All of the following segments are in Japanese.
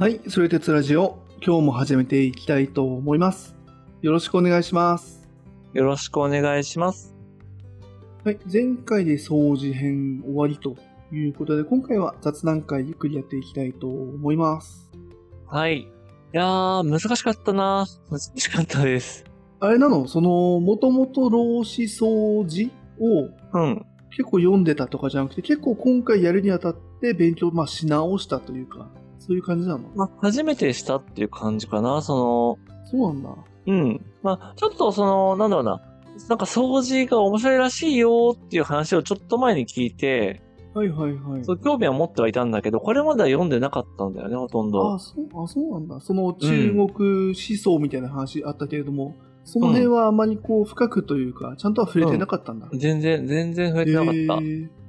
はい、それ鉄ラジオ、今日も始めていきたいと思います。よろしくお願いします。 よろしくお願いします。 はい、前回で掃除編終わりということで、今回は雑談会ゆっくりやっていきたいと思います。 はい。いやー、難しかったな。難しかったです。 あれなの、もともと老子掃除を結構読んでたとかじゃなくて、結構今回やるにあたって勉強、し直したというか、そういう感じなの？ 初めてしたっていう感じかな。 そうなんだ。 ちょっとなんだろうな。なんか掃除が面白いらしいよっていう話をちょっと前に聞いて、 はいはいはい。 興味は持ってはいたんだけど、これまでは読んでなかったんだよね、ほとんど。 そうなんだ。その中国思想みたいな話あったけれども、その辺はあまり深くというか、ちゃんとは触れてなかったんだ。 全然触れてなかった。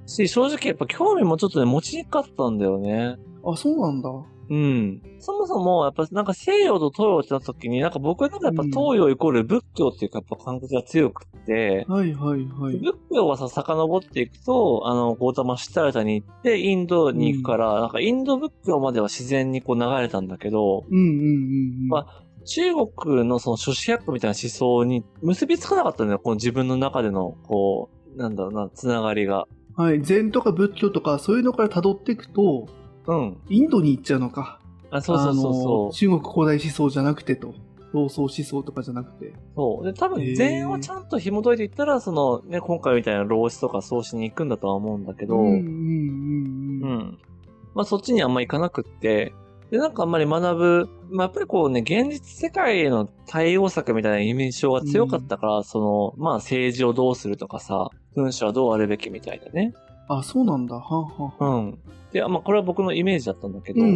し、正直やっぱ興味もちょっとね、持ちにくかったんだよね。 あ、そうなんだ。 そもそも、やっぱなんか西洋と東洋ってなった時に、なんか僕の中でやっぱ東洋イコール仏教っていうかやっぱ感覚が強くて、 はいはいはい。 仏教は遡っていくと、ゴータマ・シッタルタに行って、インドに行くから、なんかインド仏教までは自然に流れたんだけど、中国のその諸子百科みたいな思想に結びつかなかったんだよ、この自分の中での、つながりが。 はい、禅とか仏教とかそういうのから辿っていくと、インドに行っちゃうのか。 そう。 中国古代思想じゃなくてと。老荘思想とかじゃなくて。 そう。で、多分禅をちゃんと紐解いていったら、今回みたいな老子とか創始に行くんだとは思うんだけど、そっちにあんま行かなくって、で、なんかあんまり学ぶ、やっぱり現実世界への対応策みたいな印象が強かったから、政治をどうするとかさ、文章はどうあるべきみたいなね。 あ、そうなんだ。 で、これは僕のイメージだったんだけど、で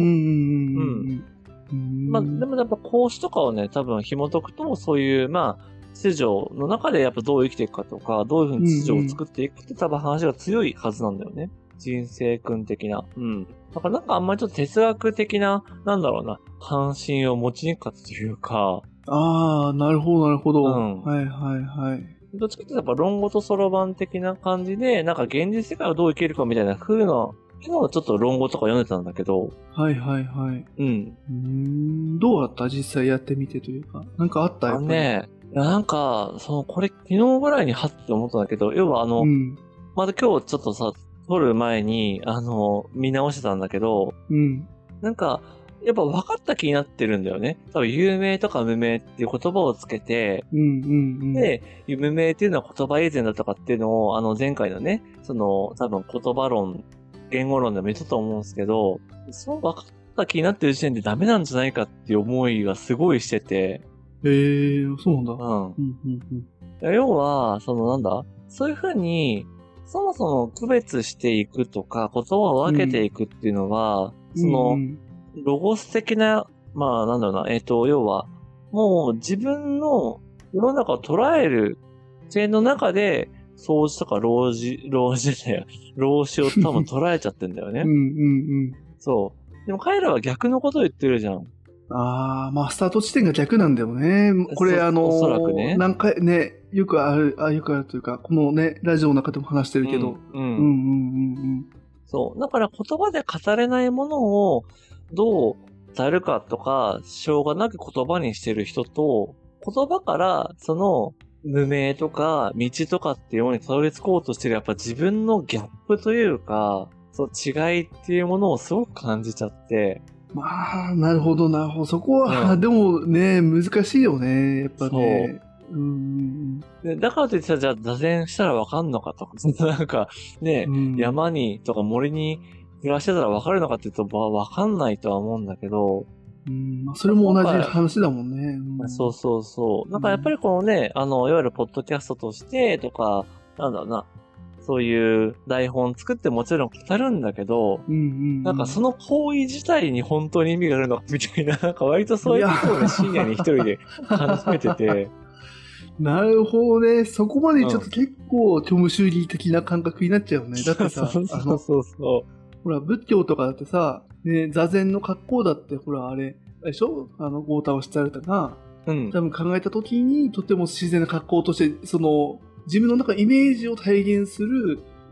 もやっぱ孔子とかをね、多分紐解くと、そういう、秩序の中でやっぱどう生きていくかとか、どういうふうに秩序を作っていくって多分話が強いはずなんだよね。人生訓的な。だからなんかあんまりちょっと哲学的な、関心を持ちにくかったというか。 ああ、なるほどなるほど。はいはいはい。 どっちかっていうとやっぱ論語とそろばん的な感じで、なんか現実世界をどう生きるかみたいな風な、今ちょっと論語とか読んでたんだけど。 はいはいはい。どうだった実際やってみてというか。なんかあったやっぱり。 なんか、これ昨日ぐらいにはって思ったんだけど、要はまだ今日ちょっとさ、撮る前に、見直してたんだけど、なんか、やっぱ分かった気になってるんだよね。多分、有名とか無名っていう言葉をつけて、で、無名っていうのは言葉以前だとかっていうのを、前回のね、多分言葉論、言語論でも言ったと思うんですけど、分かった気になってる時点でダメなんじゃないかっていう思いがすごいしてて。 そうなんだ。要は、そういうふうに、そもそも区別していくとか、言葉を分けていくっていうのは、ロゴス的な、要は、もう自分の世の中を捉える点の中で、掃除とか老子を多分捉えちゃってんだよね。そう。でも彼らは逆のことを言ってるじゃん。 スタート地点が逆なんだよね。これおそらくね。 何回ね、よくあるというか、このね、ラジオの中でも話してるけど。 そう。だから言葉で語れないものをどう伝えるかとか、しょうがなく言葉にしてる人と、言葉から無名とか道とかっていうものにたどり着こうとしてるやっぱ自分のギャップというか、違いっていうものをすごく感じちゃって。 なるほどなるほど。そこは、でもね、難しいよね。やっぱね。 だからといってじゃあ、座禅したらわかんのかとか、なんか、ね、山にとか森に暮らしてたらわかるのかって言うと、わかんないとは思うんだけど。 それも同じ話だもんね。 そう。なんかやっぱりいわゆるポッドキャストとしてとか、そういう台本作ってもちろん語るんだけど、なんかその行為自体に本当に意味があるのかみたいな、なんか割とそういうことをね、深夜に一人で話めてて。 なるほどね。そこまでちょっと結構、虚無主義的な感覚になっちゃうよね。だってさ、ほら、仏教とかだってさ、ね、座禅の格好だって、ほら、あれでしょゴータをしちゃうたが、多分考えたときに、とても自然な格好として、自分の中イメージを体現する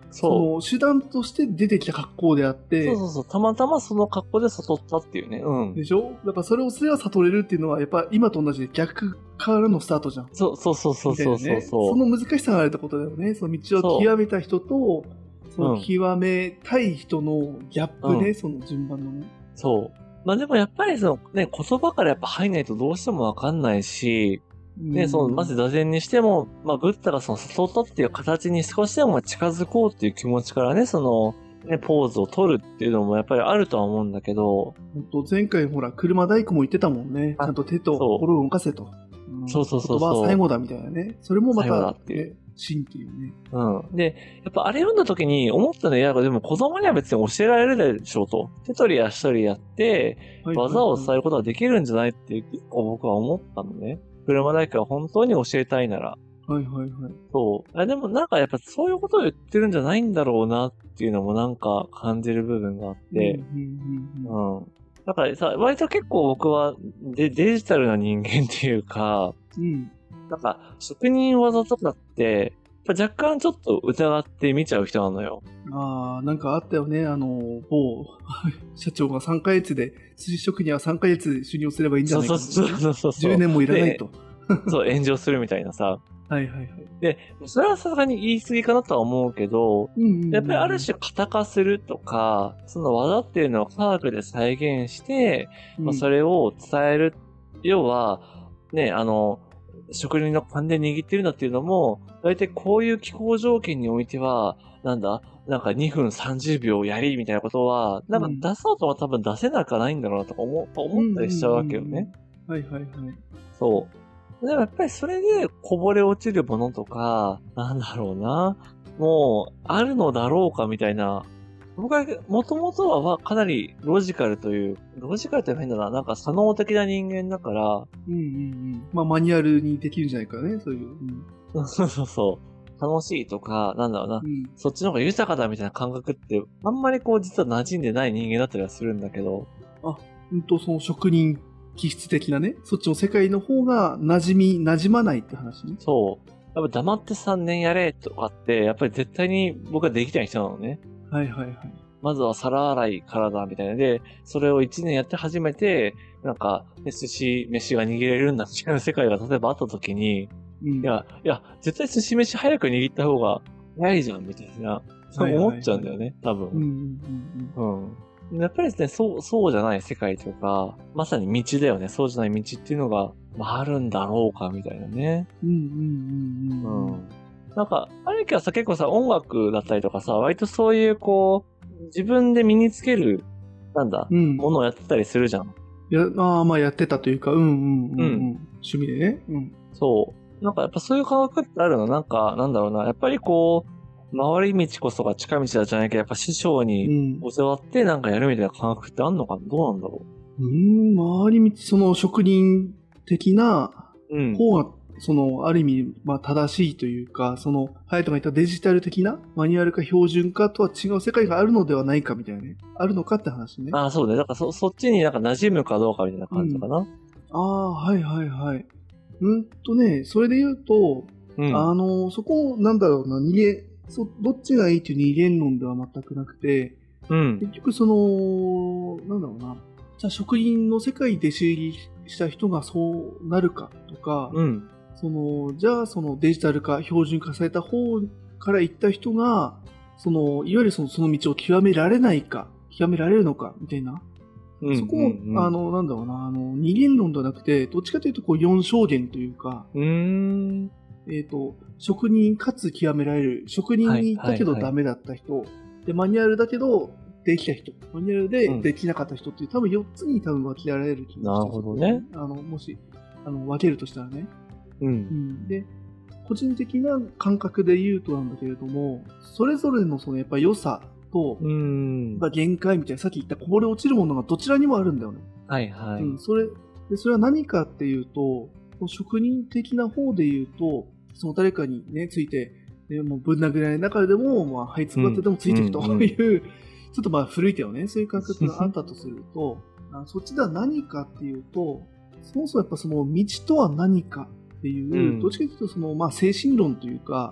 その手段として出てきた格好であって。 そうそうそう。たまたまその格好で悟ったっていうね。うん。 でしょ？だからそれは悟れるっていうのは、やっぱ今と同じで逆からのスタートじゃん。 そうそうそうそうそうそう、 ね。その難しさがあるってことだよね。その道を極めた人と、その極めたい人のギャップね、その順番のね。 そう。まあでもやっぱりそのね、言葉からやっぱ入んないとどうしてもわかんないし、ね、その、まず座禅にしても、まあ、ブッダがその悟ったっていう形に少しでも近づこうっていう気持ちからね、その、ね、ポーズを取るっていうのもやっぱりあるとは思うんだけど。 前回ほら、車大工も言ってたもんね。ちゃんと手と心を動かせと。 そうそうそう。 言葉は最後だみたいなね。それもまた、 ね、っていう。 真っていうね。 うん。で、やっぱあれ読んだ時に思ったのは、でも子供には別に教えられるでしょうと。手取り足取りやって、技を伝えることができるんじゃないって結構僕は思ったのね。車大工は本当に教えたいなら。 はいはいはい。 そう。でもなんかやっぱそういうことを言ってるんじゃないんだろうなっていうのもなんか感じる部分があって。うん。だからさ、割と結構僕はデジタルな人間っていうか、なんか職人技とかって、若干ちょっと疑って見ちゃう人なのよ。 ああ、なんかあったよね。某社長が3ヶ月で、寿司職人は3ヶ月修行すればいいんじゃないか、ね。そう10年もいらないと。 そう、炎上するみたいなさ。 はいはいはい。 で、それはさすがに言い過ぎかなとは思うけど、やっぱりある種型化するとか、その技っていうのを科学で再現して、まあ、それを伝える。要は、ね、職人の勘で握ってるんだっていうのも、大体こういう気候条件においては、なんか2分30秒やりみたいなことは、なんか出そうとは多分出せなくはないんだろうなとか思ったりしちゃうわけよね。 はいはいはい。 そう。でもやっぱりそれでこぼれ落ちるものとか、なんだろうな。もう、あるのだろうかみたいな。僕は、もともとはかなりロジカルと変だな。なんか、左脳的な人間だから。 まあ、マニュアルにできるんじゃないかね、そういう。 そうそうそう。楽しいとか、なんだろうな。そっちの方が豊かだみたいな感覚って、あんまりこう、実は馴染んでない人間だったりはするんだけど。 その職人気質的なね、そっちの世界の方が馴染まないって話ね。 そう。やっぱ黙って3年やれとかって、やっぱり絶対に僕はできない人なのね。 はいはいはい。 まずは皿洗いからだみたいなで、それを1年やって初めて、なんか、寿司飯が握れるんだみたいな世界が例えばあった時に、いや、絶対寿司飯早く握った方が早いじゃんみたいな、そう思っちゃうんだよね、多分。やっぱりですね、そうじゃない世界というか、まさに道だよね。そうじゃない道っていうのが、あるんだろうかみたいなね。なんか、兄貴はさ、結構さ、音楽だったりとかさ、割とそういうこう、自分で身につける、ものをやってたりするじゃん。 まあやってたというか、趣味でね。 そう。なんかやっぱそういう感覚ってあるの？なんか、なんだろうな。やっぱりこう、回り道こそが近道だじゃないけど、やっぱ師匠に教わってなんかやるみたいな感覚ってあんのかな？どうなんだろう？回り道、その職人的な方が、ある意味、正しいというか、ハヤトが言ったデジタル的なマニュアルか標準化とは違う世界があるのではないかみたいなね。あるのかって話ね。 そうね。だからそっちになんか馴染むかどうかみたいな感じかな。 はいはいはい。それで言うと、そこ、なんだろうな、どっちがいいっていう二元論では全くなくて、結局なんだろうな、じゃあ職人の世界で修理した人がそうなるかとか、じゃあデジタル化、標準化された方から行った人が、いわゆるその道を極められないか、極められるのか、みたいな。そこも、なんだろうな、二元論ではなくて、どっちかというと、四象限というか、職人かつ極められる、職人にだけどダメだった人、で、マニュアルだけどできた人、マニュアルでできなかった人っていう、多分4つに分けられる気がします。 なるほどね。 もし、分けるとしたらね。で、個人的な感覚で言うとなんだけれども、それぞれのやっぱ良さと、限界みたいな、さっき言ったこぼれ落ちるものがどちらにもあるんだよね。 はいはい。 それは何かっていうと、職人的な方で言うと、誰かにね、ついて、もうぶん殴られな中でも、這いつくばってでもついていくという、ちょっと古い手をね、そういう感覚があったとすると、そっちでは何かっていうと、そもそもやっぱ道とは何かっていう、どっちかというと精神論というか、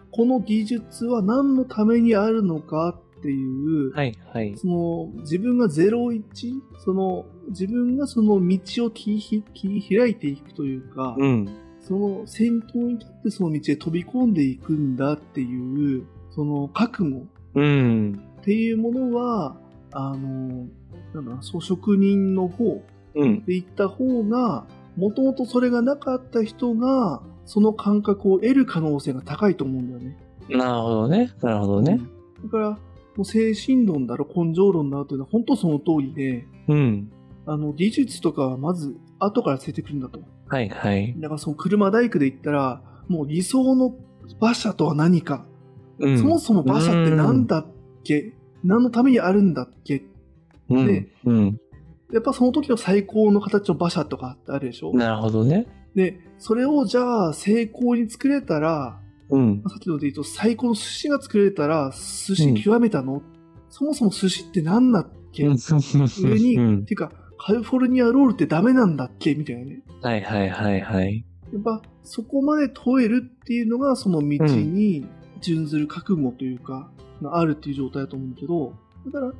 この技術は何のためにあるのかっていう、 はいはい。 その自分が01、自分がその道を切り開いていくというか、 うん。 その先頭に立ってその道へ飛び込んでいくんだっていう、その覚悟っていうものは、そう職人の方でいった方が、もともとそれがなかった人が、その感覚を得る可能性が高いと思うんだよね。 なるほどね。なるほどね。 だから、もう精神論だろ、根性論だろというのは本当その通りで、技術とかはまず後からついてくるんだと。 はいはい。 だからその車大工で言ったら、もう理想の馬車とは何か、そもそも馬車って何だっけ、何のためにあるんだっけ、で、やっぱその時の最高の形の馬車とかってあるでしょ。 なるほどね。 で、それをじゃあ成功に作れたら、さっきので言うと最高の寿司が作れたら寿司極めたの、そもそも寿司って何だっけ、上に、っていうかカリフォルニアロールってダメなんだっけみたいなね。 はいはいはいはい。 やっぱそこまで問えるっていうのがその道に準ずる覚悟というか、あるっていう状態だと思うんだけど、だから、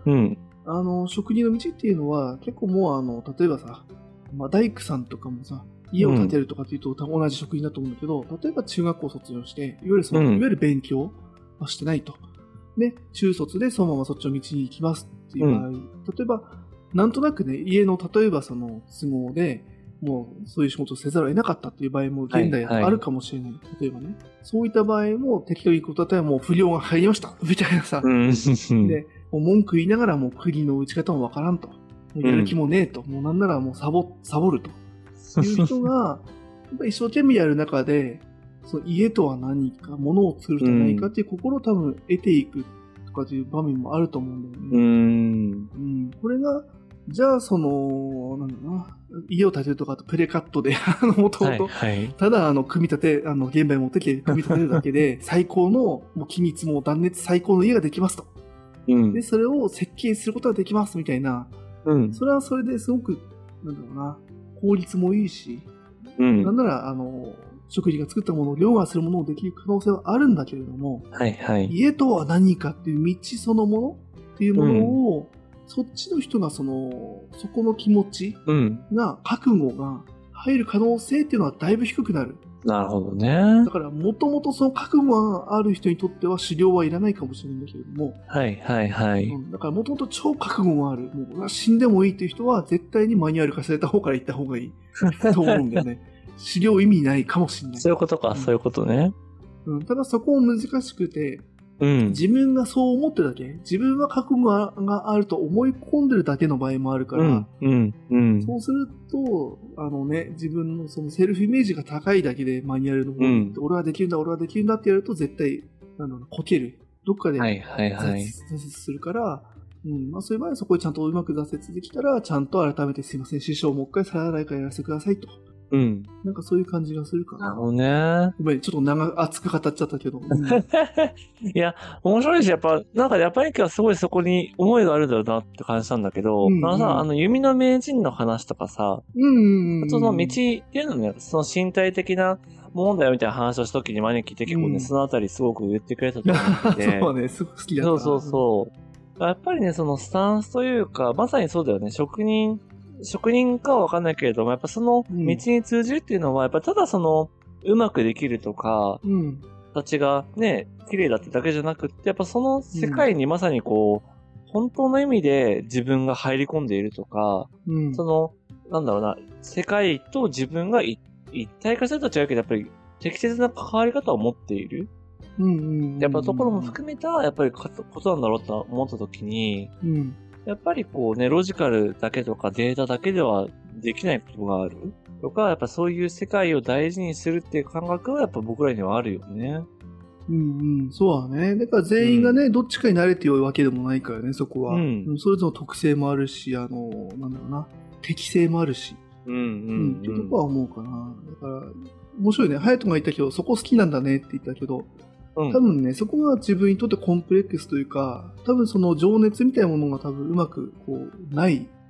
職人の道っていうのは結構もう例えばさ、大工さんとかもさ、家を建てるとかっていうと同じ職人だと思うんだけど、例えば中学校卒業して、いわゆる勉強はしてないと。で、中卒でそのままそっちの道に行きますっていう場合、例えば、なんとなくね、家の例えばその都合で、もうそういう仕事をせざるを得なかったっていう場合も現代あるかもしれない。例えばね、そういった場合も適当に行くことだったらもう不良が入りましたみたいなさ。で、もう文句言いながらもう釘の打ち方もわからんと。やる気もねえと。もうなんならもうサボると。いう人が、やっぱ一生懸命やる中で、その家とは何か、物を作るとは何かっていう心を多分得ていくとかっていう場面もあると思うんだよね。これが、じゃあなんだろうな、家を建てるとかプレカットで、もともと、ただ組み立て、現場に持ってきて組み立てるだけで、最高の、もう気密も断熱最高の家ができますと。で、それを設計することができますみたいな、それはそれですごく、なんだろうな、効率もいいし、なんなら、職人が作ったものを凌駕するものをできる可能性はあるんだけれども、家とは何かっていう道そのものっていうものを、そっちの人がそこの気持ちが、覚悟が入る可能性っていうのはだいぶ低くなる。 なるほどね。 だから、もともとその覚悟がある人にとっては修行はいらないかもしれないんだけれども。だから、もともと超覚悟がある。もう死んでもいいっていう人は、絶対にマニュアル化された方から行った方がいいと思うんだよね。修行意味ないかもしれない。 そういうことか、そういうことね。 ただ、そこも難しくて、自分がそう思ってるだけ、自分は覚悟があると思い込んでるだけの場合もあるから、そうすると、自分のそのセルフイメージが高いだけでマニュアルの方に、俺はできるんだ、俺はできるんだってやると絶対、こける。どっかで挫折するから、そういう場合はそこでちゃんとうまく挫折できたら、ちゃんと改めてすいません、師匠もう一回皿洗いからやらせてくださいと。なんかそういう感じがするかな。 なるほどね。 ごめん、ちょっと熱く語っちゃったけど。 いや、面白いし、やっぱり今日はすごいそこに思いがあるんだろうなって感じたんだけど、弓の名人の話とかさ、その道っていうのね、その身体的なものだよみたいな話をした時に招きって結構ね、そのあたりすごく言ってくれたと思ってて。 そうね、すごく好きだった。 そう。やっぱりね、そのスタンスというか、まさにそうだよね、職人かはわかんないけれども、やっぱその道に通じるっていうのは、やっぱただうまくできるとか、形がね、綺麗だってだけじゃなくって、やっぱその世界にまさに本当の意味で自分が入り込んでいるとか、なんだろうな、世界と自分が一体化すると違うけど、やっぱり適切な関わり方を持っている。やっぱところも含めた、やっぱりことなんだろうと思ったときに、やっぱりロジカルだけとかデータだけではできないことがあるとか、やっぱそういう世界を大事にするっていう感覚はやっぱ僕らにはあるよね。 そうだね。だから全員がね、どっちかに慣れてるわけでもないからね、そこは。それぞれの特性もあるし、なんだろうな、適性もあるし。っていうとこは思うかな。だから、面白いね。隼人が言ったけど、そこ好きなんだねって言ったけど、多分ね、そこが自分にとってコンプレックスというか、多分その情熱みたいなものが多分うまくない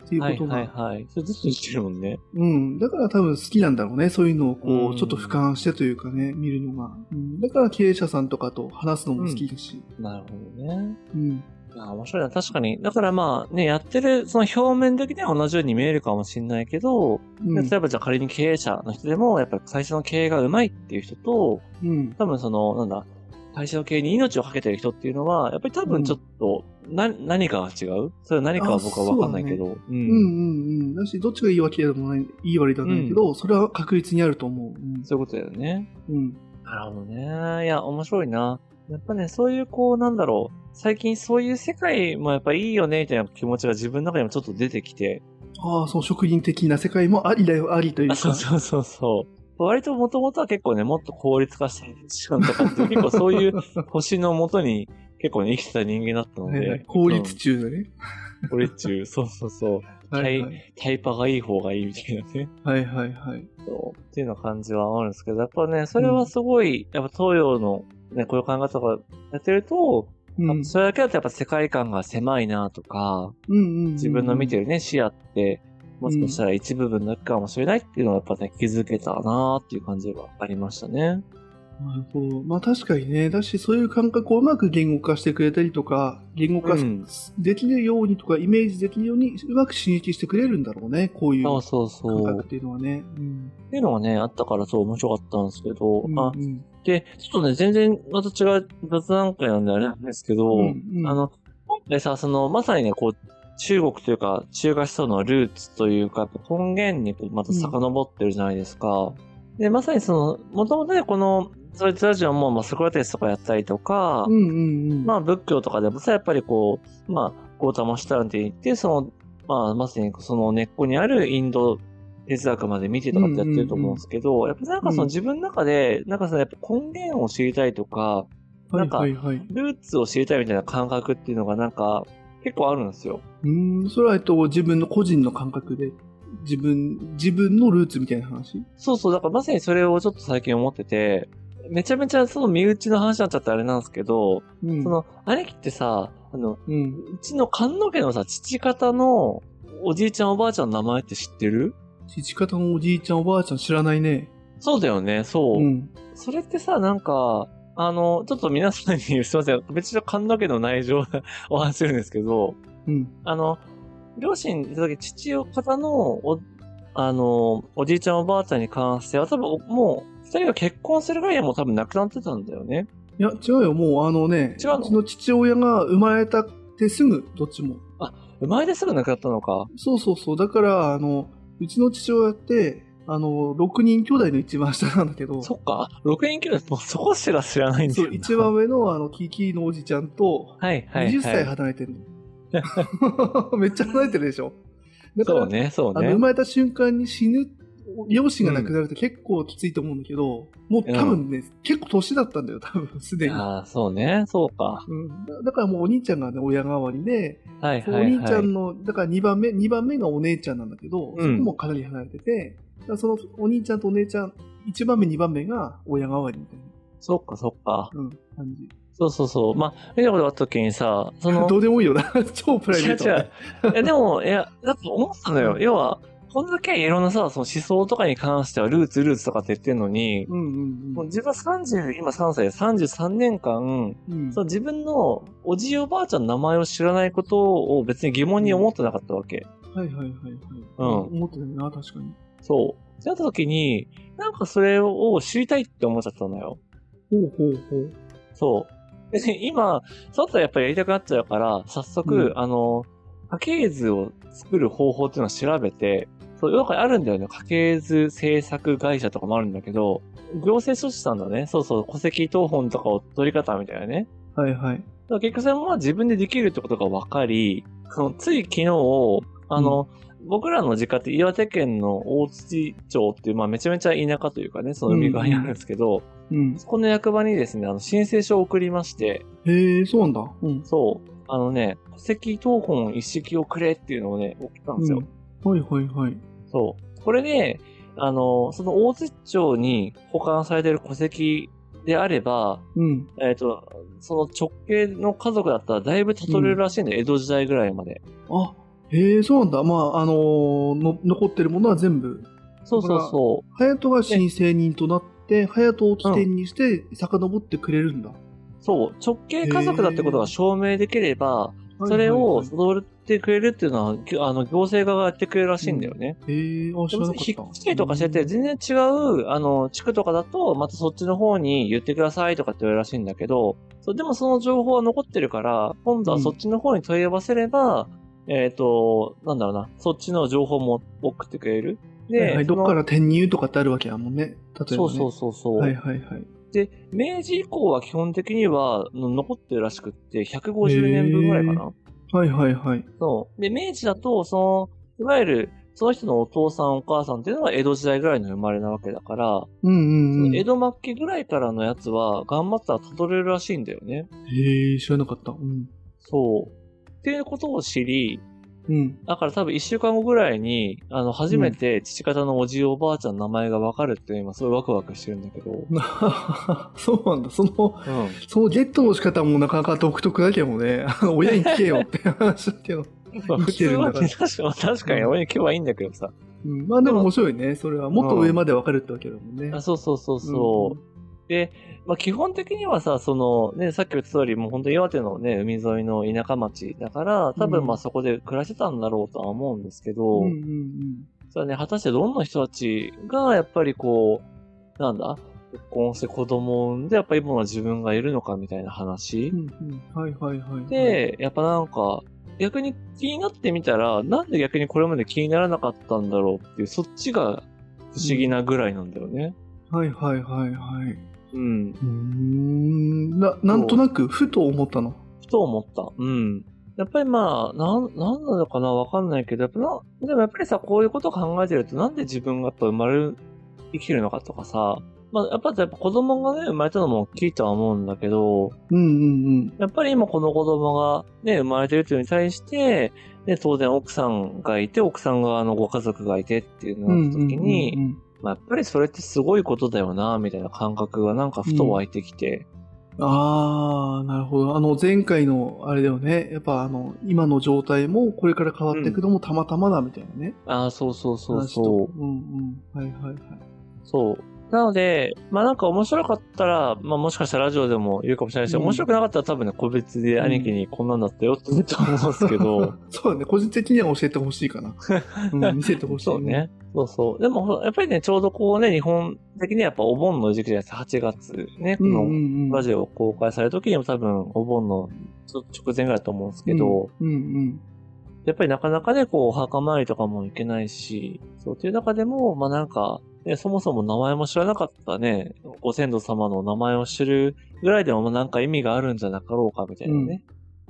っていうことが。 はいはいはい。それずっと言ってるもんね。 うん。だから多分好きなんだろうね。そういうのをこう、ちょっと俯瞰してというかね、見るのが。うん。だから経営者さんとかと話すのも好きだし。 なるほどね。 うん。 面白いな。確かに。だからまあね、やってる、その表面的には同じように見えるかもしれないけど、例えばじゃあ仮に経営者の人でも、やっぱり会社の経営がうまいっていう人と、多分その、会社の経営に命をかけてる人っていうのは、やっぱり多分ちょっと、何かが違う？それは何かは僕は分かんないけど。 だし、どっちがいいわけでもない、いい悪いではないけど、それは確率にあると思う。 そういうことだよね。なるほどね。いや、面白いな。やっぱね、そういう最近そういう世界もやっぱいいよね、みたいな気持ちが自分の中にもちょっと出てきて。 ああ、そう、職人的な世界もありだよ、ありというか。 そう。割ともともとは結構ね、もっと効率化した時間とかって結構そういう星のもとに結構ね、生きてた人間だったので。 効率中だね。 効率中、そう。タイパがいい方がいいみたいなね。そうっていうような感じはあるんですけど、やっぱね、それはすごい、やっぱ東洋のね、こういう考え方とかやってると、それだけだとやっぱ世界観が狭いなとか、自分の見てるね、視野って、もしかしたら一部分だけかもしれないっていうのはやっぱね、気づけたなっていう感じがありましたね。 なるほど。まあ確かにね。だし、そういう感覚をうまく言語化してくれたりとか、言語化できるようにとか、イメージできるように、うまく刺激してくれるんだろうね。こういう感覚っていうのはね。 っていうのがね、あったからそう面白かったんですけど、で、ちょっとね、全然また違う雑談会なんであれなんですけど、今回さ、まさにね、こう、中国というか、中華思想のルーツというか、根源にまた遡ってるじゃないですか。で、まさにもともとね、この、そいつラジオも、ソクラテスとかやったりとか、仏教とかでもさ、やっぱりこう、ゴータマ・シュタンティってまさにその根っこにあるインド哲学まで見てとかってやってると思うんですけど、やっぱ自分の中で、やっぱ根源を知りたいとか、ルーツを知りたいみたいな感覚っていうのが結構あるんですよ。 それは自分の個人の感覚で、自分のルーツみたいな話？ そう、だからまさにそれをちょっと最近思ってて、めちゃめちゃ身内の話になっちゃってあれなんですけど、兄貴ってさ、うちの神野家のさ、父方のおじいちゃんおばあちゃんの名前って知ってる？ 父方のおじいちゃんおばあちゃん知らないね。 そうだよね、そう。それってさ、ちょっと皆さんにすいません、別に神野家の内情をお話しするんですけど、両親、父方のおじいちゃんおばあちゃんに関しては多分もう、二人が結婚するぐらいはもう多分亡くなってたんだよね。 いや、違うよ。もううちの父親が生まれたってすぐ、どっちも。 生まれてすぐ亡くなったのか。 そう。だから、うちの父親って、6人兄弟の一番下なんだけど。 そっか。6人兄弟、もうそこすら知らないんだよな。 そう、一番上のキキのおじちゃんと、20歳離れてるの。めっちゃ離れてるでしょ。だから、そうね。生まれた瞬間に死ぬ、両親が亡くなるって結構きついと思うんだけど、もう多分ね、結構年だったんだよ、多分、すでに。 そうね、そうか。 だからもうお兄ちゃんがね、親代わりで、お兄ちゃんの、だから2番目がお姉ちゃんなんだけど、そこもかなり離れてて、そのお兄ちゃんとお姉ちゃん、1番目、2番目が親代わりみたいな。 そっか。 感じ。 そう。見たことあった時にさ、 どうでもいいよな。超プライベート。 違う。でも、だって思ったのよ。要は、こんだけいろんなさ、思想とかに関してはルーツとかって言ってんのに、もう自分は今3歳で33年間、自分のおじいおばあちゃんの名前を知らないことを別に疑問に思ってなかったわけ。思ってないな、確かに。そう。ってなった時に、それを知りたいって思っちゃったのよ。そう。で、今、ちょっとやっぱりやりたくなっちゃうから、早速、家系図を作る方法っていうのを調べて、そう、よくあるんだよね。家系図制作会社とかもあるんだけど、行政書士さんだね。そう、戸籍謄本とかを取り方みたいなね。結局それも自分でできるってことが分かり、つい昨日、僕らの実家って岩手県の大槌町っていう、めちゃめちゃ田舎というかね、その海側にあるんですけど、そこの役場にですね、申請書を送りまして。 へえ、そうなんだ。 そう。戸籍謄本一式をくれっていうのをね、送ったんですよ。そう。これで、その大槌町に保管されている戸籍であれば、その直系の家族だったらだいぶたどれるらしいんだよ、江戸時代ぐらいまで。 へえ、そうなんだ。まあ、残ってるものは全部。 そうそうそう。 隼人が申請人となって、隼人を起点にして遡ってくれるんだ。 そう。直系家族だってことが証明できれば、それを辿ってくれるっていうのは、行政側がやってくれるらしいんだよね。 知らなかった。 引っ越したりとかしてて、全然違う、地区とかだと、またそっちの方に言ってくださいとかって言われるらしいんだけど、でもその情報は残ってるから、今度はそっちの方に問い合わせれば、なんだろうな、そっちの情報も送ってくれる。 で、どっから転入とかってあるわけやもんね。例えばね。 そう。 はいはいはい。 で、明治以降は基本的には残ってるらしくって、150年分ぐらいかな。 はいはいはい。 そう。で、明治だと、いわゆる、その人のお父さんお母さんっていうのは江戸時代ぐらいの生まれなわけだから、江戸末期ぐらいからのやつは頑張ったら辿れるらしいんだよね。 へえ、知らなかった。 そう。っていうことを知り、だから多分1週間後ぐらいに、初めて父方のおじいおばあちゃんの名前がわかるって今すごいワクワクしてるんだけど。 そうなんだ。そのゲットの仕方もなかなか独特だけどね。親に聞けよって話だけど。 普通は確かに親に聞けばいいんだけどさ。 まあでも面白いね。それはもっと上までわかるってわけだもんね。 そう。で、まあ基本的にはさ、さっき言った通り、もう本当岩手のね、海沿いの田舎町だから、多分まあそこで暮らしてたんだろうとは思うんですけど、それはね、果たしてどんな人たちが、やっぱりこう、なんだ、結婚して子供を産んで、やっぱり今の自分がいるのかみたいな話。で、やっぱなんか、逆に気になってみたら、なんで逆にこれまで気にならなかったんだろうっていう、そっちが不思議なぐらいなんだよね。 なんとなく、ふと思ったの。 やっぱりまあ、なんなのかなわかんないけど、でもやっぱりさ、こういうこと考えてると、なんで自分がやっぱ生きるのかとかさ、まあ、やっぱ子供がね、生まれたのも大きいとは思うんだけど、やっぱり今この子供がね、生まれてるというのに対して、ね、当然奥さんがいて、奥さん側のご家族がいてっていうのになった時に、まあ、やっぱりそれってすごいことだよな、みたいな感覚がなんかふと湧いてきて。 ああ、なるほど。前回のあれだよね。やっぱ今の状態もこれから変わっていくのもたまたまだみたいなね。 そう。 はい。 そう。なので、まあなんか面白かったら、まあもしかしたらラジオでも言うかもしれないし、面白くなかったら多分ね、個別で兄貴にこんなんだったよって言うと思うんですけど。 そうだね。個人的には教えてほしいかな。見せてほしい。 そうね。そう。でも、やっぱりね、ちょうどこうね、日本的にはやっぱお盆の時期じゃないですか。8月ね、このラジオを公開される時にも多分お盆の直前ぐらいだと思うんですけど、やっぱりなかなかね、こう、お墓参りとかも行けないし、そうっていう中でも、まあなんか、そもそも名前も知らなかったね、ご先祖様の名前を知るぐらいでもなんか意味があるんじゃなかろうかみたいなね。そ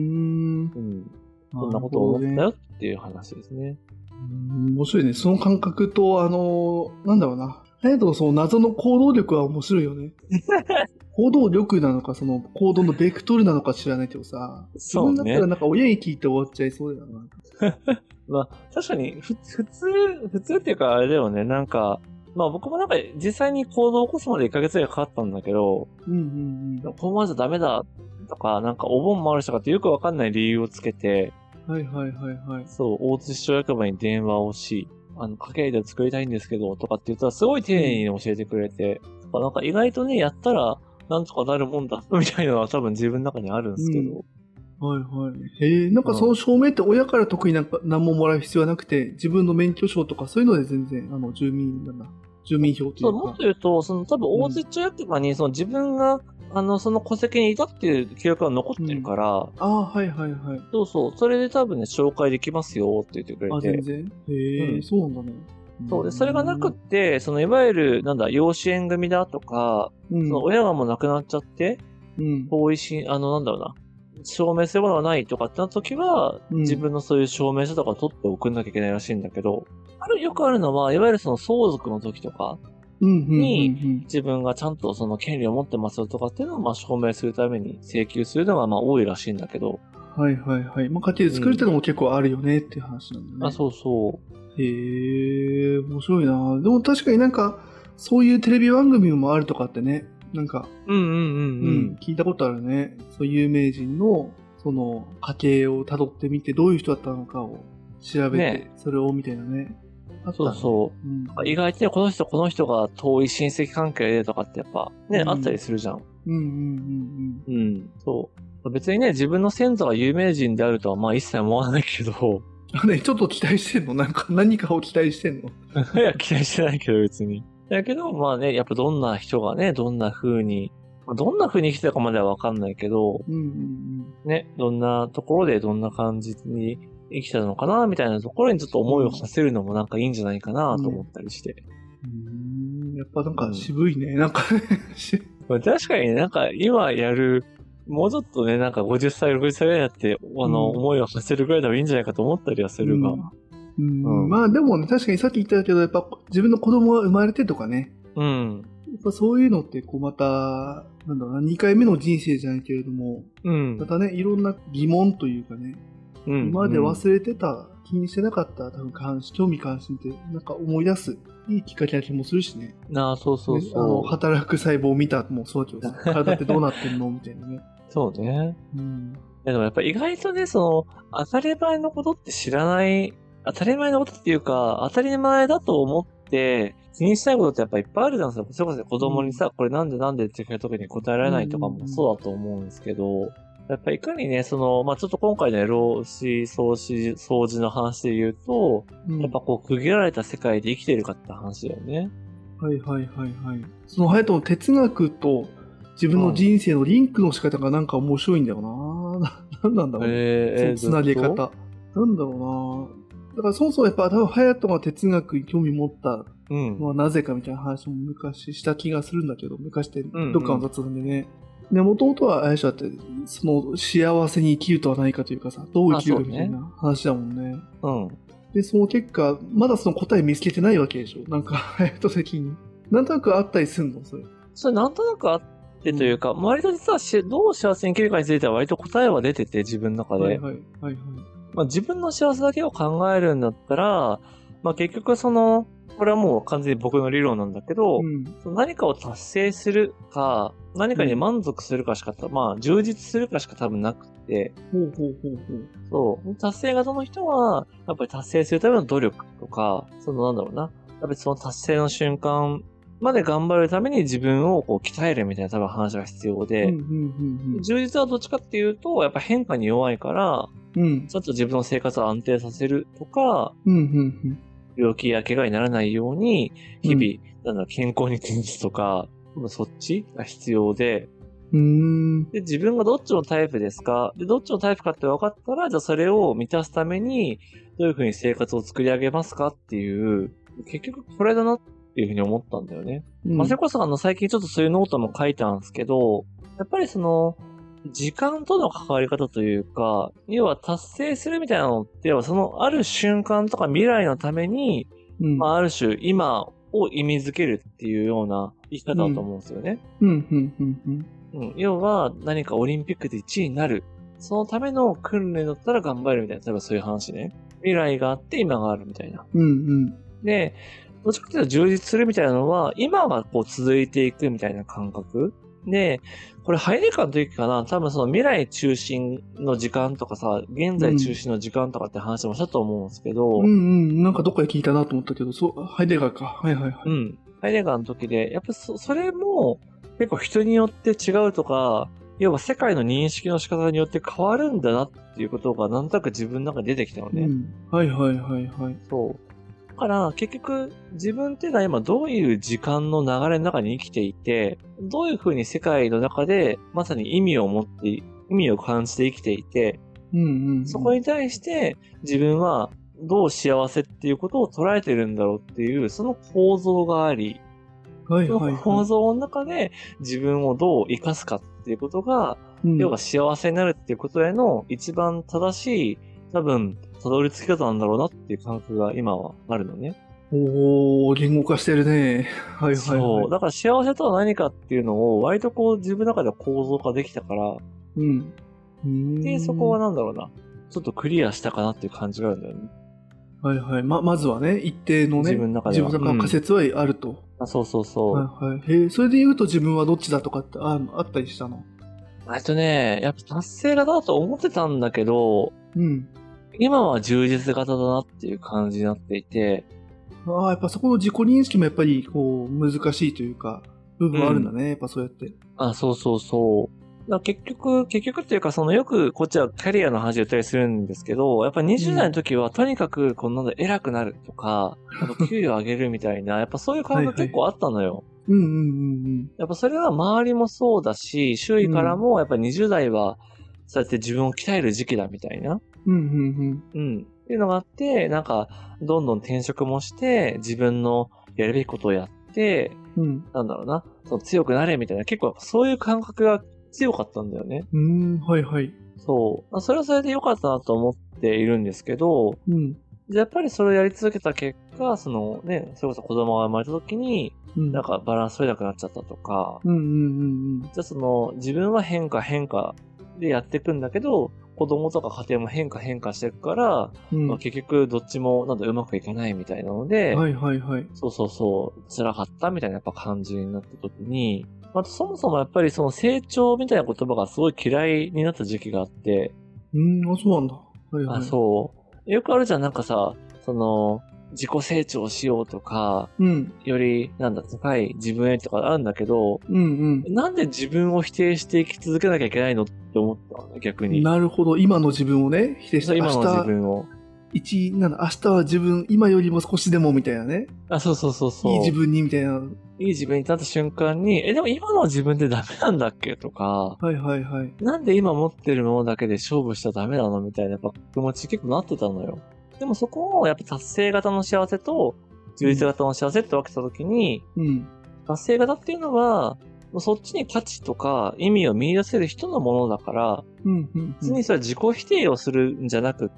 んなことを思ったよっていう話ですね。 面白いね。その感覚と、なんだろうな。その謎の行動力は面白いよね。行動力なのか、その行動のベクトルなのか知らないけどさ。自分だったらなんか親に聞いて終わっちゃいそうだよな。 まあ、確かに、普通っていうかあれだよね。なんか、まあ僕もなんか実際に行動を起こすまで1ヶ月ぐらいかかったんだけど、このままじゃダメだとか、なんかお盆もあるしとかってよくわかんない理由をつけて、そう、大津市長役場に電話をし、家計で作りたいんですけど、とかって言ったらすごい丁寧に教えてくれて、なんか意外とね、やったらなんとかなるもんだ、みたいなのは多分自分の中にあるんですけど。 なんかその証明って親から特になんか何ももらう必要はなくて、自分の免許証とかそういうので全然、住民票というか。 そう、もっと言うと、多分大津町役場に、自分が、その戸籍にいたっていう記録が残ってるから、そう。それで多分ね、紹介できますよって言ってくれて。 全然そうなんだね。 そうで、それがなくって、いわゆる、養子縁組だとか、その親がもう亡くなっちゃって、遠いし、なんだろうな、証明するものがないとかってなった時は、自分のそういう証明書とか取って送んなきゃいけないらしいんだけど、よくあるのは、いわゆるその相続の時とかに、自分がちゃんとその権利を持ってますよとかっていうのをまあ証明するために請求するのがまあ多いらしいんだけど。 まあ家庭で作るってのも結構あるよねっていう話なんだね。 そう。 へえ、面白いな。でも確かになんか、そういうテレビ番組もあるとかってね、なんか、聞いたことあるね。そういう有名人の、 その家系を辿ってみて、どういう人だったのかを調べて、 ね、 それをみたいなね。 そうそう。意外とね、この人が遠い親戚関係でとかってやっぱね、あったりするじゃん。そう。別にね、自分の先祖が有名人であるとはまあ一切思わないけど。 ね、ちょっと期待してんの？何かを期待してんの？ いや、期待してないけど別に。だけど、まあね、やっぱどんな人がね、どんな風に生きてたかまではわかんないけど、ね、どんなところでどんな感じに生きてたのかなみたいなところにちょっと思いを馳せるのもなんかいいんじゃないかなと思ったりして。 やっぱなんか渋いね、なんか確かになんか今やる、もうちょっとね、なんか50歳、60歳ぐらいになって、思いを馳せるぐらいでもいいんじゃないかと思ったりはするが。 まあでもね、確かにさっき言ったけど、やっぱ自分の子供が生まれてとかね。やっぱそういうのって、こうまた、なんだろうな、2回目の人生じゃないけれども、またね、いろんな疑問というかね、今まで忘れてた、気にしてなかった多分興味関心ってなんか思い出すいいきっかけな気もするしね。 そうそうそう。 働く細胞を見たもそうだけどさ、体ってどうなってんのみたいなね。 そうね。でもやっぱ意外とね、当たり前のことって知らない、当たり前のことっていうか、当たり前だと思って気にしたいことってやっぱいっぱいあるじゃん。それこそ子供にさ、これなんでって聞かれた時に答えられないとかもそうだと思うんですけど、やっぱいかにね、ちょっと今回の老子、掃除の話で言うと、やっぱこう区切られた世界で生きてるかって話だよね。 その隼人の哲学と自分の人生のリンクの仕方がなんか面白いんだよな。なんなんだろうね。そのつなげ方。なんだろうな。だからそもそもやっぱ多分隼人が哲学に興味持ったのはなぜかみたいな話も昔した気がするんだけど、昔ってどっかの雑談でね。で、元々はあやしだって、その幸せに生きるとは何かというかさ、どう生きるかみたいな話だもんね。で、その結果、まだその答え見つけてないわけでしょ。なんか、隼人的に。なんとなくあったりすんのそれ。 それなんとなくあってというか、割と実はどう幸せに生きるかについては割と答えは出てて、自分の中で。自分の幸せだけを考えるんだったら、結局これはもう完全に僕の理論なんだけど、何かを達成するか、何かに満足するかしか、充実するかしか多分なくて、そう、達成型の人は、やっぱり達成するための努力とか、なんだろうな、やっぱりその達成の瞬間まで頑張るために自分をこう鍛えるみたいな多分話が必要で、充実はどっちかっていうと、やっぱ変化に弱いから、ちょっと自分の生活を安定させるとか、病気や怪我にならないように、日々、健康に転じとか、そっちが必要で、で、自分がどっちのタイプですか？で、どっちのタイプかって分かったら、じゃあそれを満たすために、どういうふうに生活を作り上げますかっていう、結局これだなっていうふうに思ったんだよね。それこそ最近ちょっとそういうノートも書いたんですけど、やっぱり時間との関わり方というか、要は達成するみたいなのって、ある瞬間とか未来のために、ある種今を意味づけるっていうような生き方だと思うんですよね。要は何かオリンピックで1位になる。そのための訓練だったら頑張るみたいな、例えばそういう話ね。未来があって今があるみたいな。で、どっちかというと充実するみたいなのは、今がこう続いていくみたいな感覚で、これ入れかの時かな、多分未来中心の時間とかさ、現在中心の時間とかって話もしたと思うんですけど、 なんかどっかで聞いたなと思ったけど、ハイデガーか。ハイデガーの時で、やっぱそれも結構人によって違うとか、要は世界の認識の仕方によって変わるんだなっていうことがなんとなく自分の中で出てきたのね。そう。だから結局自分っていうのは今どういう時間の流れの中に生きていて、どういうふうに世界の中でまさに意味を感じて生きていて、そこに対して自分はどう幸せっていうことを捉えてるんだろうっていうその構造があり、その構造の中で自分をどう生かすかっていうことが、要は幸せになるっていうことへの一番正しい多分たどり着き方なんだろうなっていう感覚が今はあるのね。 言語化してるね。 そう。だから幸せとは何かっていうのを割とこう自分の中では構造化できたから、で、そこはなんだろうな。ちょっとクリアしたかなっていう感じがあるんだよね。 まずはね、一定のね、自分の仮説はあると。 そう。 それで言うと自分はどっちだとかってあったりしたの？ やっぱ達成型だと思ってたんだけど、 うん。 今は充実型だなっていう感じになっていて。 ああ、やっぱそこの自己認識もやっぱりこう難しいというか、部分あるんだね、やっぱそうやって。 そうそうそう。結局っていうか、よくこっちはキャリアの話を言ったりするんですけど、やっぱ20代の時はとにかく偉くなるとか、給与上げるみたいな、やっぱそういう感覚結構あったのよ。やっぱそれは周りもそうだし、周囲からもやっぱ20代はそうやって自分を鍛える時期だみたいな。っていうのがあって、どんどん転職もして、自分のやるべきことをやって、なんだろうな、強くなれみたいな、結構そういう感覚が強かったんだよね。 はいはい。 そう。それはそれで良かったなと思っているんですけど、やっぱりそれをやり続けた結果、それこそ子供が生まれた時に、バランス取れなくなっちゃったとか、じゃあ自分は変化でやっていくんだけど、子供とか家庭も変化していくから、結局どっちもうまくいかないみたいなので、辛かったみたいなやっぱ感じになった時に、そもそもやっぱり成長みたいな言葉がすごい嫌いになった時期があって。 そうなんだ。はいはい。 そう。よくあるじゃん、自己成長しようとか、より、高い自分へとかあるんだけど、なんで自分を否定して生き続けなきゃいけないのって思ったのね、逆に。 なるほど。今の自分をね、否定して、 今の自分を。 明日は自分、今よりも少しでもみたいなね。 そう。 いい自分にみたいな。 いい自分になった瞬間に、でも今の自分ってダメなんだっけとか、なんで今持ってるものだけで勝負しちゃダメなのみたいな気持ち結構なってたのよ。でもそこをやっぱ達成型の幸せと充実型の幸せって分けたときに、達成型っていうのは、そっちに価値とか意味を見出せる人のものだから、別にそれは自己否定をするんじゃなくって、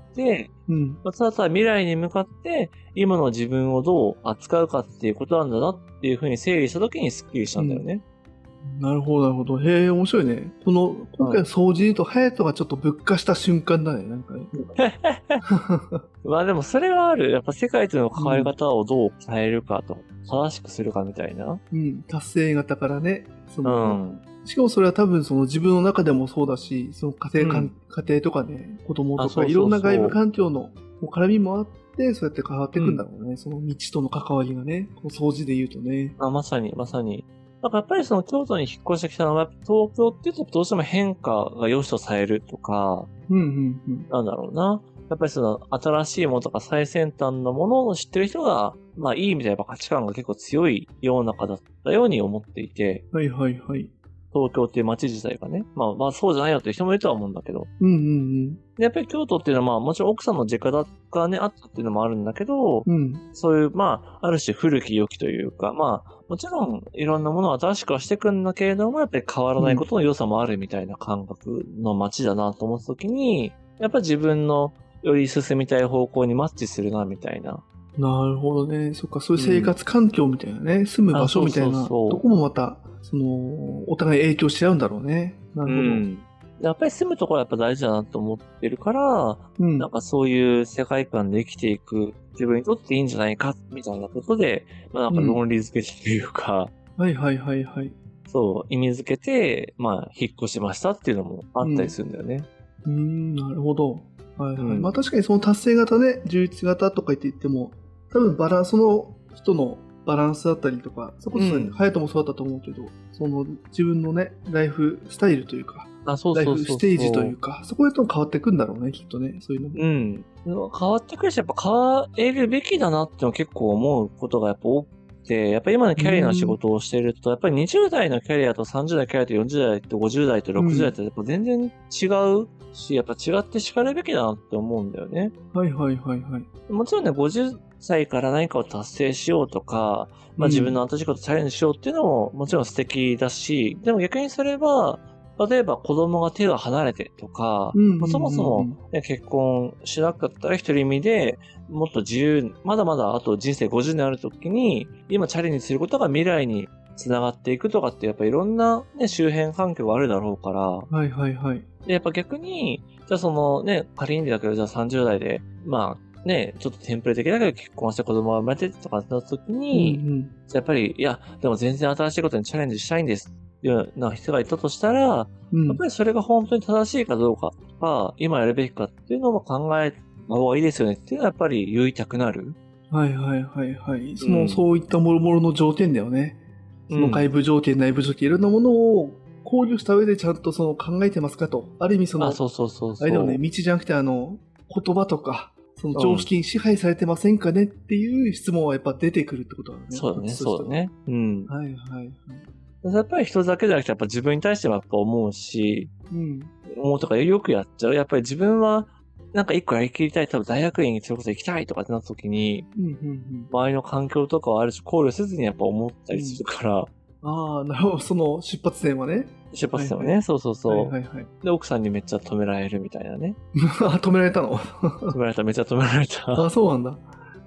ただ未来に向かって今の自分をどう扱うかっていうことなんだなっていうふうに整理したときにスッキリしたんだよね。 なるほど、なるほど。へえ、面白いね。今回の掃除とハヤトがちょっとぶっかした瞬間だね、なんかね。 でもそれはある。やっぱ世界との関わり方をどう変えるかと、正しくするかみたいな。 達成型からね。しかもそれは多分自分の中でもそうだし、家庭とかね、子供とかいろんな外部環境の絡みもあって、そうやって変わっていくんだろうね。その道との関わりがね、掃除で言うとね。 まさに。やっぱり京都に引っ越してきたのは、東京って言うとどうしても変化が良しとされるとか、なんだろうな。やっぱり新しいものとか最先端のものを知ってる人が、いい意味でやっぱ価値観が結構強い世の中だったように思っていて。東京っていう街自体がね。そうじゃないよっていう人もいるとは思うんだけど。でやっぱり京都っていうのはもちろん奥さんの実家がね、あったっていうのもあるんだけど、そういう、ある種古き良きというか、もちろんいろんなものを新しくはしていくんだけれども、やっぱり変わらないことの良さもあるみたいな感覚の街だなと思ったときに、やっぱり自分のより進みたい方向にマッチするな、みたいな。 なるほどね。そっか、そういう生活環境みたいなね、住む場所みたいなとこもまた、お互い影響し合うんだろうね。なるほど。 やっぱり住むところはやっぱ大事だなと思ってるから、そういう世界観で生きていく自分にとっていいんじゃないか、みたいなことで、論理付けというか、そう、意味付けて、引っ越しましたっていうのもあったりするんだよね。 なるほど。確かにその達成型ね、充実型とか言っても、多分その人のバランスだったりとか、そこそハヤトもそうだったと思うけど、自分のね、ライフスタイルというか、ライフステージというか、そこでと変わってくんだろうね、きっとね、そういうのも。変わってくるし、やっぱ変えるべきだなって結構思うことがやっぱ多くて、やっぱ今のキャリアの仕事をしてると、やっぱり20代のキャリアと30代のキャリアと40代と50代と60代ってやっぱ全然違うし、やっぱ違って叱るべきだなって思うんだよね。もちろんね、50歳から何かを達成しようとか、自分の新しいことチャレンジしようっていうのももちろん素敵だし、でも逆にすれば、例えば子供が手が離れてとか、そもそも、ね、結婚しなかったら独り身で、もっと自由、まだまだあと人生50年あるときに、今チャレンジすることが未来につながっていくとかってやっぱいろんな、ね、周辺環境があるだろうから。で、やっぱ逆に、じゃあ仮にだけどじゃあ30代で、ちょっとテンプレ的だけど結婚して子供が生まれてとかってなった時に、やっぱり、いや、でも全然新しいことにチャレンジしたいんですってような人がいたとしたら、やっぱりそれが本当に正しいかどうかとか、今やるべきかっていうのも考えた方がいいですよねっていうのはやっぱり言いたくなる。 はいはいはいはい。そういったもろもろの条件だよね。その外部条件、内部条件、いろんなものを考慮した上でちゃんと考えてますかと。ある意味あれだよね、道じゃなくて言葉とか、その常識に支配されてませんかねっていう質問はやっぱ出てくるってことだね。 そうだね、そうだね。 はいはいはい。 やっぱり人だけじゃなくてやっぱ自分に対してもやっぱ思うし、思うとかよくやっちゃう。やっぱり自分はなんか一個やりきりたい、多分大学院にそれこそ行きたいとかってなった時に、周りの環境とかはある種考慮せずにやっぱ思ったりするから。 ああ、なるほど。その出発点はね。 出発点はね、そう。で、奥さんにめっちゃ止められるみたいなね。 止められたの止められた、めっちゃ止められた。 あ、そうなんだ。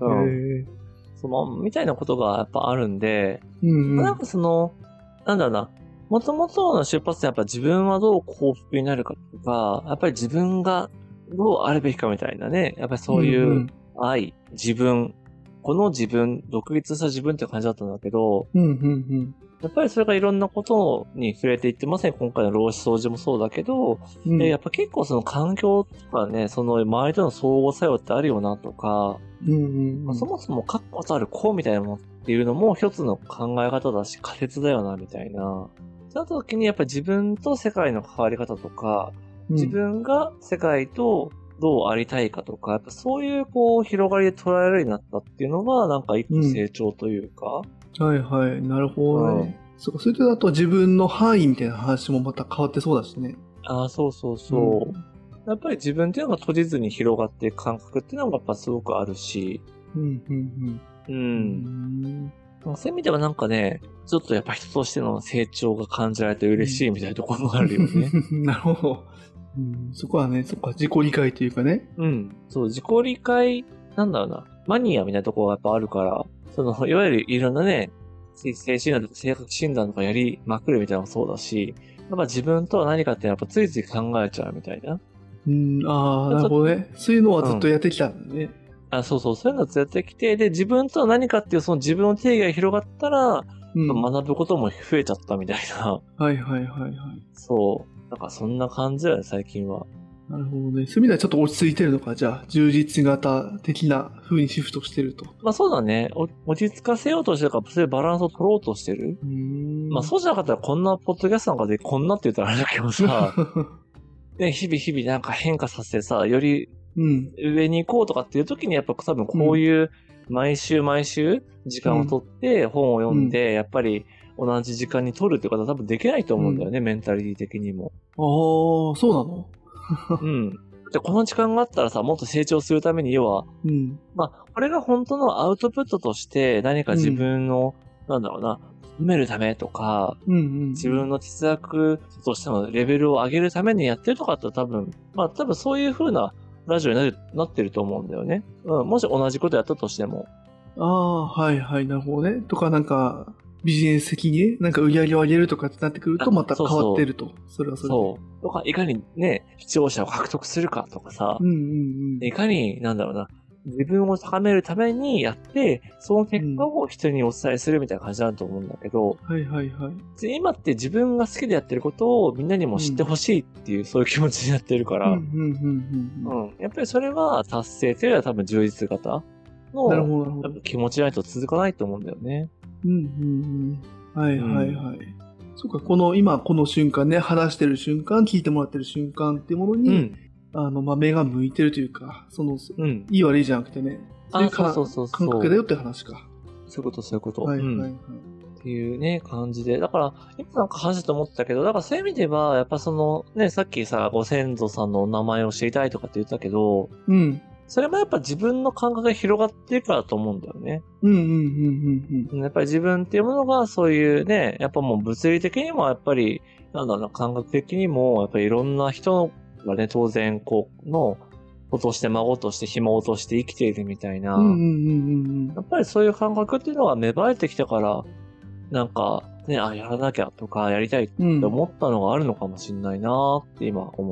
みたいなことがやっぱあるんで、なんかなんだろうな、もともとの出発点はやっぱ自分はどう幸福になるかとか、やっぱり自分がどうあるべきかみたいなね、やっぱりそういう愛、自分、この自分、独立した自分って感じだったんだけど、やっぱりそれがいろんなことに触れていってまさに今回の労使掃除もそうだけど、やっぱ結構その環境とかね、その周りとの相互作用ってあるよなとか、そもそも確固たるこうみたいなものっていうのも一つの考え方だし仮説だよなみたいな。その時にやっぱり自分と世界の関わり方とか、自分が世界とどうありたいかとか、やっぱそういう広がりで捉えられるようになったっていうのがなんか一個成長というか。 はいはい、なるほどね。それとあと自分の範囲みたいな話もまた変わってそうだしね。 ああ、そう。やっぱり自分っていうのが閉じずに広がっていく感覚っていうのがやっぱすごくあるし。そういう意味ではなんかね、ちょっとやっぱ人としての成長が感じられて嬉しいみたいなところがあるよね。 なるほど。そこはね、自己理解というかね。 そう、自己理解、なんだろうな、マニアみたいなところがやっぱあるから、いわゆるいろんなね、精神診断とか性格診断とかやりまくるみたいなのもそうだし、やっぱ自分とは何かってやっぱついつい考えちゃうみたいな。 なるほどね。そういうのはずっとやってきたんだね。 そういうのをずっとやってきて、で、自分とは何かっていうその自分の定義が広がったら、学ぶことも増えちゃったみたいな。 はい。 そう。なんかそんな感じだよね、最近は。 なるほどね。そういう意味ではちょっと落ち着いてるのか、じゃあ、充実型的な風にシフトしてると。 まあそうだね。落ち着かせようとしてるから、そういうバランスを取ろうとしてる。まあそうじゃなかったらこんなポッドキャストなんかでこんなって言ったらあれだけどさ、ね、日々なんか変化させてさ、より上に行こうとかっていう時にやっぱ多分こういう毎週時間を取って本を読んで、やっぱり同じ時間に取るってことは多分できないと思うんだよね、メンタリティ的にも。 ああ、そうなので、この時間があったらさ、もっと成長するために、要は、まあ、これが本当のアウトプットとして何か自分の、なんだろうな、埋めるためとか、自分の哲学としてのレベルを上げるためにやってるとかって多分そういう風なラジオになってると思うんだよね。もし同じことやったとしても。 はい、なるほどね。とかなんか、ビジネス的になんか売り上げを上げるとかってなってくるとまた変わってると。それはそれで。 そう。とか、いかにね、視聴者を獲得するかとかさ、いかに、なんだろうな、自分を高めるためにやって、その結果を人にお伝えするみたいな感じなんだと思うんだけど、今って自分が好きでやってることをみんなにも知ってほしいっていう、そういう気持ちになってるから、やっぱりそれは達成というよりは多分充実型の気持ちないと続かないと思うんだよね。 はい。そうか、今この瞬間ね、話してる瞬間、聞いてもらってる瞬間っていうものに、目が向いてるというか、いい悪いじゃなくてね、そういう感覚だよって話か。 そういうこと。っていうね、感じで。だから、今なんか話してと思ったけど、だからそういう意味では、やっぱさっきさ、ご先祖さんのお名前を知りたいとかって言ったけど、それもやっぱ自分の感覚が広がっていくからだと思うんだよね。やっぱり自分っていうものがそういうね、やっぱもう物理的にもやっぱり、なんだろうな、感覚的にも、やっぱりいろんな人がね、当然、子として孫としてひ孫として生きているみたいな、やっぱりそういう感覚っていうのが芽生えてきたから、なんか、ね、やらなきゃとか、やりたいって思ったのがあるのかもしれないなって今思った。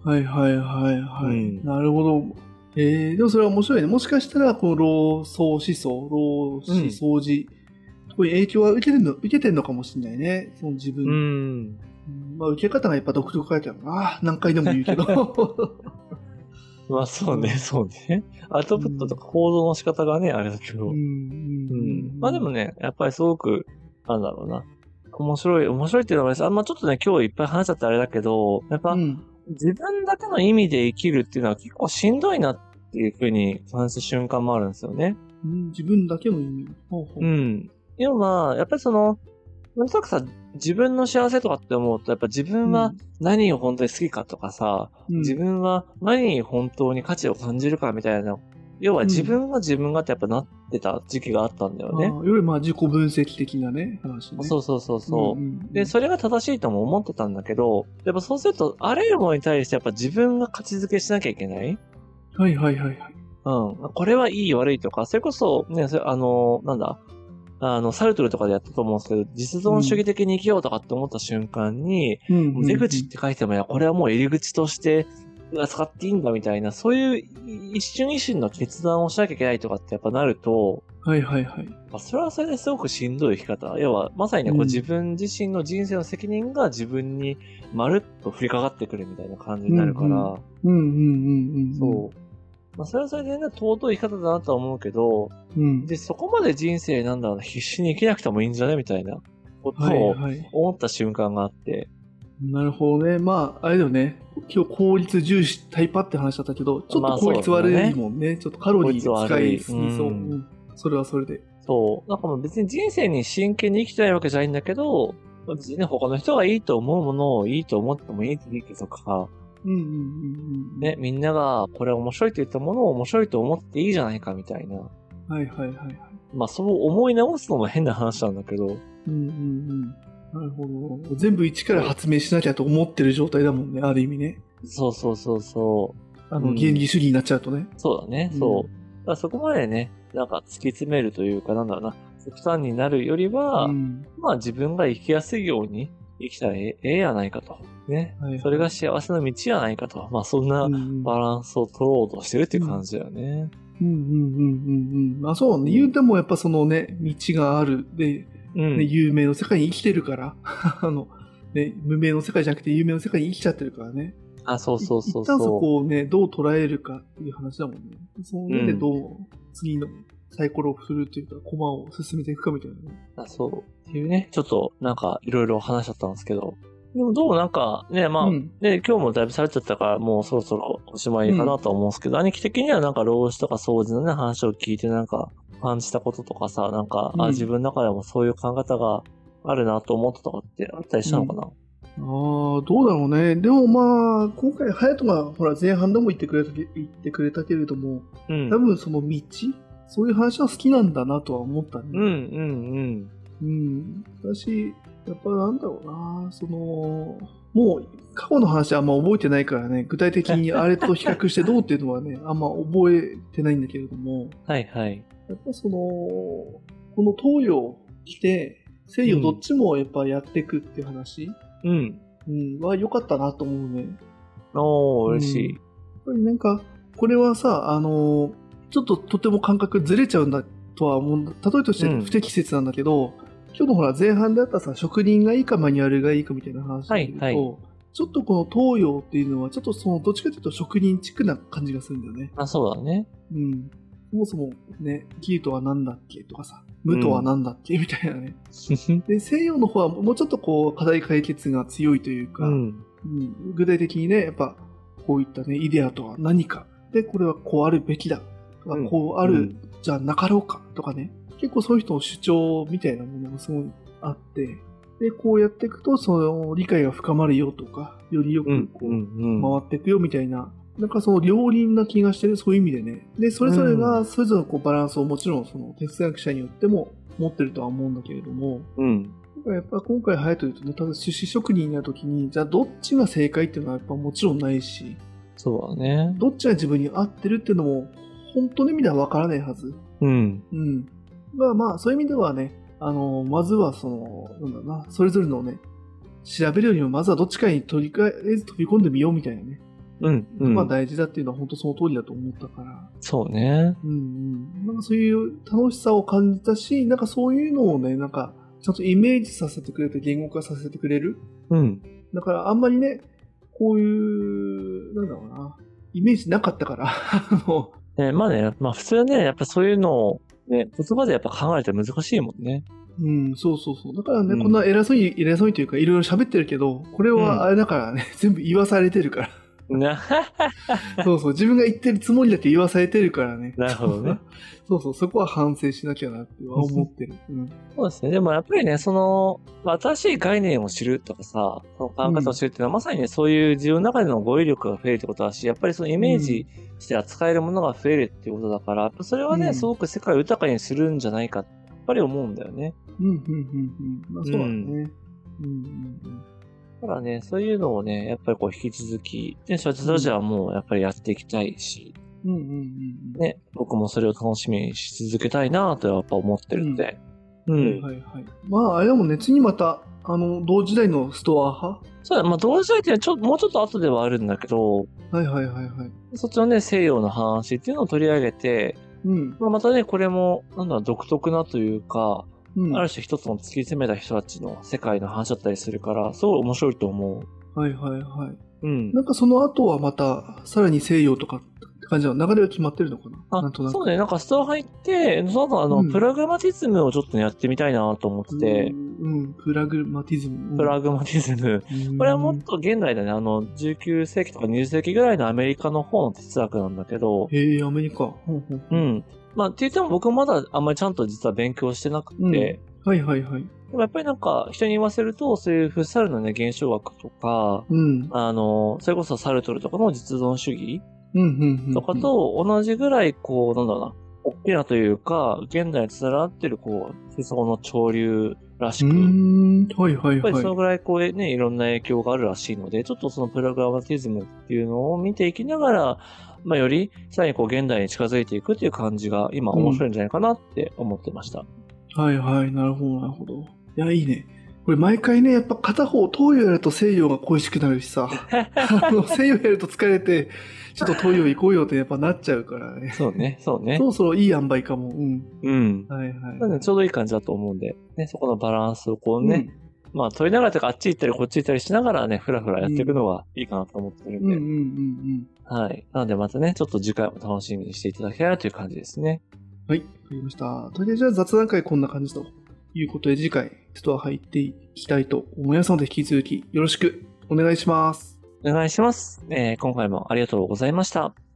はい。なるほど。でもそれは面白いね。もしかしたら、この老子思想、老子掃除こういう影響は受けてんのかもしれないね。その自分。まあ受け方がやっぱ独特かやからな。何回でも言うけど。 まあそうね、そうね。アウトプットとか行動の仕方がね、あれだけど。まあでもね、やっぱりすごく、なんだろうな。面白いっていうのは、まあちょっとね、今日いっぱい話しちゃってあれだけど、やっぱ、自分だけの意味で生きるっていうのは結構しんどいなっていうふうに感じる瞬間もあるんですよね。 自分だけの意味。 要は、やっぱりなんとなくさ、自分の幸せとかって思うと、やっぱ自分は何を本当に好きかとかさ、自分は何に本当に価値を感じるかみたいな、要は自分がってやっぱなってた時期があったんだよね。 よりまあ自己分析的なね、話ね。 そう。で、それが正しいとも思ってたんだけど、やっぱそうすると、あらゆるものに対してやっぱ自分が価値づけしなきゃいけない。これはいい悪いとか、それこそ、ね、なんだ、サルトルとかでやったと思うんですけど、実存主義的に生きようとかって思った瞬間に、出口って書いても、これはもう入り口として使っていいんだみたいな、そういう一瞬一瞬の決断をしなきゃいけないとかってやっぱなると、それはそれですごくしんどい生き方。要は、まさにね、自分自身の人生の責任が自分にまるっと降りかかってくるみたいな感じになるから、そう。まあ、それはそれでね、尊い生き方だなとは思うけど、で、そこまで人生必死に生きなくてもいいんじゃねみたいなことを思った瞬間があって。 なるほどね。まあ、あれだよね。今日効率重視タイパって話だったけど、ちょっと効率悪いもんね。ちょっとカロリー使いすぎそう。それはそれで。 そう。なんかもう別に人生に真剣に生きてないわけじゃないんだけど、別にね、他の人がいいと思うものをいいと思ってもいいけどか、ね、みんながこれ面白いと言ったものを面白いと思っていいじゃないかみたいな。まあそう思い直すのも変な話なんだけど。 なるほど。全部一から発明しなきゃと思ってる状態だもんね、ある意味ね。 そう。 原理主義になっちゃうとね。 そうだね、そう。だからそこまでね、なんか突き詰めるというか、なんだろうな、極端になるよりは、まあ自分が生きやすいように生きたらええやないかと。ね。それが幸せの道やないかと。まあそんなバランスを取ろうとしてるっていう感じだよね。 まあそうね。言うてもやっぱそのね、道がある。で、有名の世界に生きてるから。無名の世界じゃなくて有名の世界に生きちゃってるからね。 そう。 一旦そこをね、どう捉えるかっていう話だもんね。その上でどう次のサイコロを振るというか、コマを進めていくかみたいなね。 そう。っていうね、ちょっとなんかいろいろ話しちゃったんですけど。でもどうなんかね、まあ、ね、今日もだいぶ喋っちゃったから、もうそろそろおしまいかなとは思うんですけど、兄貴的にはなんか老子とか掃除のね、話を聞いてなんか感じたこととかさ、なんか、自分の中でもそういう考え方があるなと思ったとかってあったりしたのかな？ どうだろうね。でもまあ、今回、隼人がほら前半でも言ってくれたけれども、多分その道、そういう話は好きなんだなとは思ったね。私、やっぱなんだろうな、もう過去の話はあんま覚えてないからね、具体的にあれと比較してどうっていうのはね、あんま覚えてないんだけれども、やっぱこの東洋来て、西洋どっちもやっぱやっていくっていう話、は良かったなと思うね。 嬉しい。 やっぱりなんか、これはさ、ちょっととても感覚ずれちゃうんだとは思う。例えとして不適切なんだけど、今日のほら前半であったさ、職人がいいかマニュアルがいいかみたいな話で言うと、ちょっとこの東洋っていうのは、ちょっとどっちかというと職人チックな感じがするんだよね。 そうだね。 そもそもね、義とは何だっけとかさ、無とは何だっけみたいなね。で、西洋の方はもうちょっとこう、課題解決が強いというか、具体的にね、やっぱ、こういったね、イデアとは何か。で、これはこうあるべきだ。とかこうある、じゃなかろうか。とかね。結構そういう人の主張みたいなものがすごいあって、で、こうやっていくと、その理解が深まるよとか、よりよくこう、回っていくよみたいな、なんかその両輪な気がしてる、そういう意味でね。で、それぞれが、それぞれのこうバランスをもちろんその哲学者によっても持ってるとは思うんだけれども、やっぱ今回隼人言うとね、ただ寿司職人になるときに、じゃあどっちが正解っていうのはやっぱもちろんないし、 そうだね。 どっちが自分に合ってるっていうのも、本当の意味では分からないはず。まあ、そういう意味ではね、まずはなんだろうな、それぞれのね、調べるよりもまずはどっちかにとりあえず飛び込んでみようみたいなね。 まあ大事だっていうのは本当その通りだと思ったから。 そうね。 なんかそういう楽しさを感じたし、なんかそういうのをね、なんかちゃんとイメージさせてくれて言語化させてくれる。だからあんまりね、こういう、なんだろうな、イメージなかったから。 まあね、まあ普通はね、やっぱそういうのをね、言葉でやっぱ考えて難しいもんね。 そう。だからね、こんな偉そうにというか、いろいろ喋ってるけど、これはあれだからね、全部言わされてるから。そう、自分が言ってるつもりだって言わされてるからね。 なるほどね。 そこは反省しなきゃなって思ってる。 そうですね。でもやっぱりね、新しい概念を知るとかさ、その考え方を知るっていうのは、まさにね、そういう自分の中での語彙力が増えるってことだし、やっぱりそのイメージして扱えるものが増えるっていうことだから、やっぱそれはね、すごく世界を豊かにするんじゃないかって、やっぱり思うんだよね。 まあそうだね。 だからね、そういうのをね、やっぱりこう引き続き、ね、シャツラジオはもうやっぱりやっていきたいし、ね、僕もそれを楽しみにし続けたいなとやっぱ思ってるんで。 まあ、あれだもんね、次また、同時代のストア派そうだ、まあ同時代ってもうちょっと後ではあるんだけど、そっちのね、西洋の話っていうのを取り上げて、またね、これも、独特なというか、ある種一つの突き詰めた人たちの世界の話だったりするから、すごい面白いと思う。なんかその後はまた、さらに西洋とかって感じの流れが決まってるのかな。なんとなく。 そうね、なんかストア入って、その後プラグマティズムをちょっとやってみたいなと思ってて。 プラグマティズム。 これはもっと現代だね、19世紀とか20世紀ぐらいのアメリカの方の哲学なんだけど。 アメリカ。 まあ、って言っても僕まだあんまりちゃんと実は勉強してなくて。でもやっぱりなんか人に言わせると、そういうフッサルのね、現象学とか、それこそサルトルとかの実存主義とかと同じぐらい、こう、なんだろうな、大きなというか、現代につながってる、こう、思想の潮流らしく。やっぱりそのぐらい、こうね、いろんな影響があるらしいので、ちょっとそのプラグマティズムっていうのを見ていきながら、まあ、より、さらにこう、現代に近づいていくっていう感じが、今面白いんじゃないかなって思ってました。 なるほど。いや、いいね。これ毎回ね、やっぱ片方東洋やると西洋が恋しくなるしさ、西洋やると疲れて、ちょっと東洋行こうよってやっぱなっちゃうからね。 そうね。そろそろいい塩梅かも。 ちょうどいい感じだと思うんで、ね、そこのバランスをこうね、まあ取りながらとかあっち行ったりこっち行ったりしながらね、ふらふらやっていくのがいいかなと思ってるんで。はい。なのでまたね、ちょっと次回も楽しみにしていただきたいなという感じですね。 はい、わかりました。とりあえず雑談会こんな感じということで次回ストア入っていきたいと思いますので引き続きよろしくお願いします。 お願いします。今回もありがとうございました。